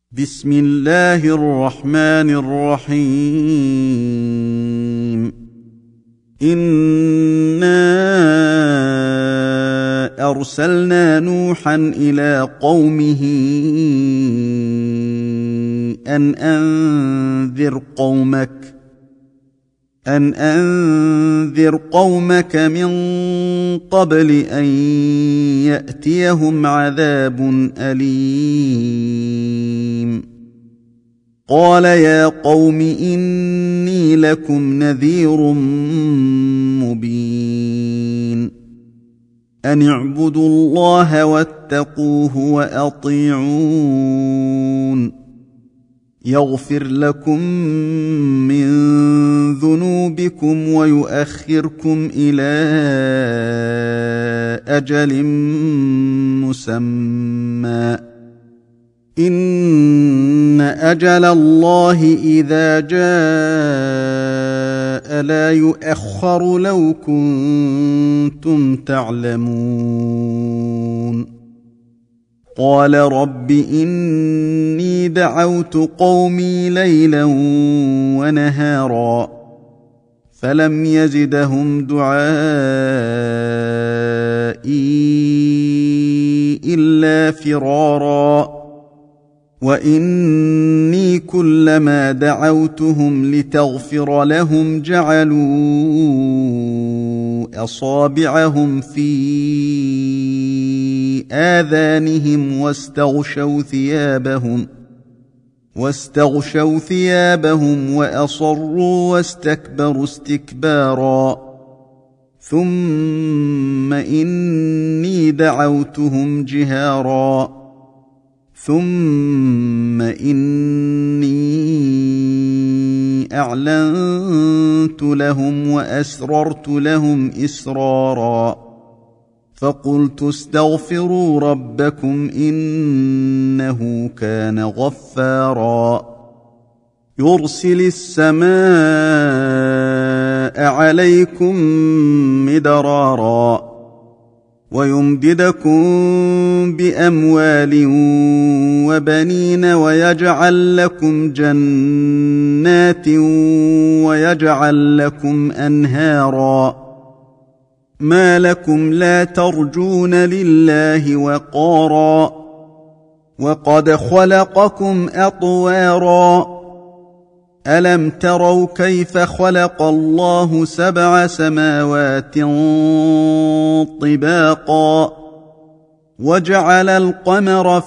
بسم الله الرحمن الرحيم. إنا أرسلنا نوحا إلى قومه أن أنذر قومك من قبل أن يأتيهم عذاب أليم. قال يا قوم إني لكم نذير مبين. أن اعبدوا الله واتقوه وأطيعون. يغفر لكم من ذنوبكم ويؤخركم إلى أجل مسمى. إن أجل الله إذا جاء لا يؤخر لو كنتم تعلمون. قال رب إني دعوت قومي ليلا ونهارا فلم يزدهم دعائي إلا فرارا. وإني كلما دعوتهم لتغفر لهم جعلوا أصابعهم في آذانهم واستغشوا ثيابهم وأصروا واستكبروا استكبارا. ثم إني دعوتهم جهارا ثم إني أعلنت لهم وأسررت لهم إسرارا. فقلت استغفروا ربكم إنه كان غفارا. يرسل السماء عليكم مدرارا ويمددكم بأموال وبنين ويجعل لكم جنات ويجعل لكم أنهارا. ما لكم لا ترجون لله وقارا وقد خلقكم أطوارا. ألم تروا كيف خلق الله 7 سماوات طباقا وجعل القمر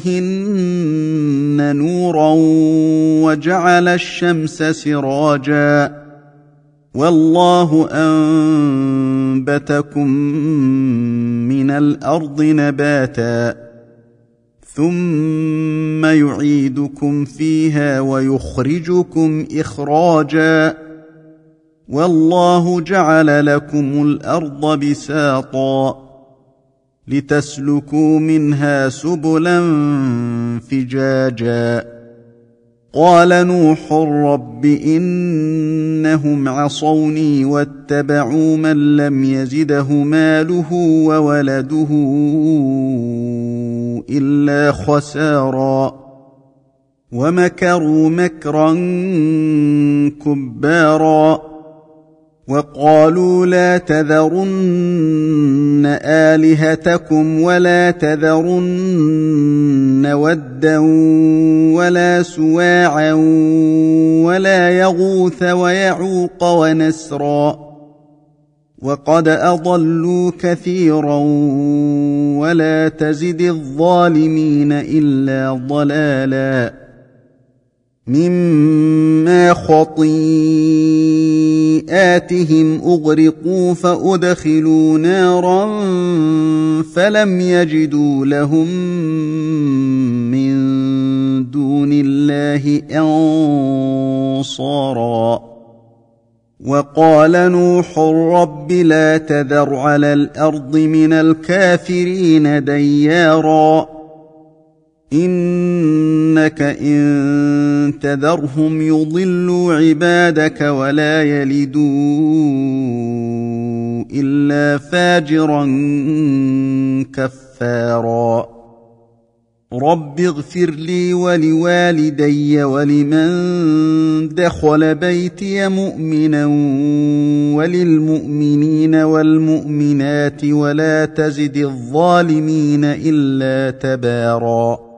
فيهن نورا وجعل الشمس سراجا والله أنبتكم من الأرض نباتا ثم يعيدكم فيها ويخرجكم إخراجا والله جعل لكم الأرض بساطا لتسلكوا منها سبلا فجاجا. قال نوح رب إنهم عصوني واتبعوا من لم يزده ماله وولده إلا خسارا ومكروا مكرا كبارا. وقالوا لا تذرن آلهتكم ولا تذرن ودا ولا سواعا ولا يغوث ويعوق ونسرا وقد أضلوا كثيرا ولا تزد الظالمين إلا ضلالا. مما خطيئاتهم أغرقوا فأدخلوا نارا فلم يجدوا لهم من دون الله أنصارا. وقال نوح رب لا تذر على الأرض من الكافرين ديارا إنك إن تذرهم يضلوا عبادك ولا يلدوا إلا فاجرا كفارا. رب اغفر لي ولوالدي ولمن دخل بيتي مؤمنا وللمؤمنين والمؤمنات ولا تزد الظالمين إلا تباراً.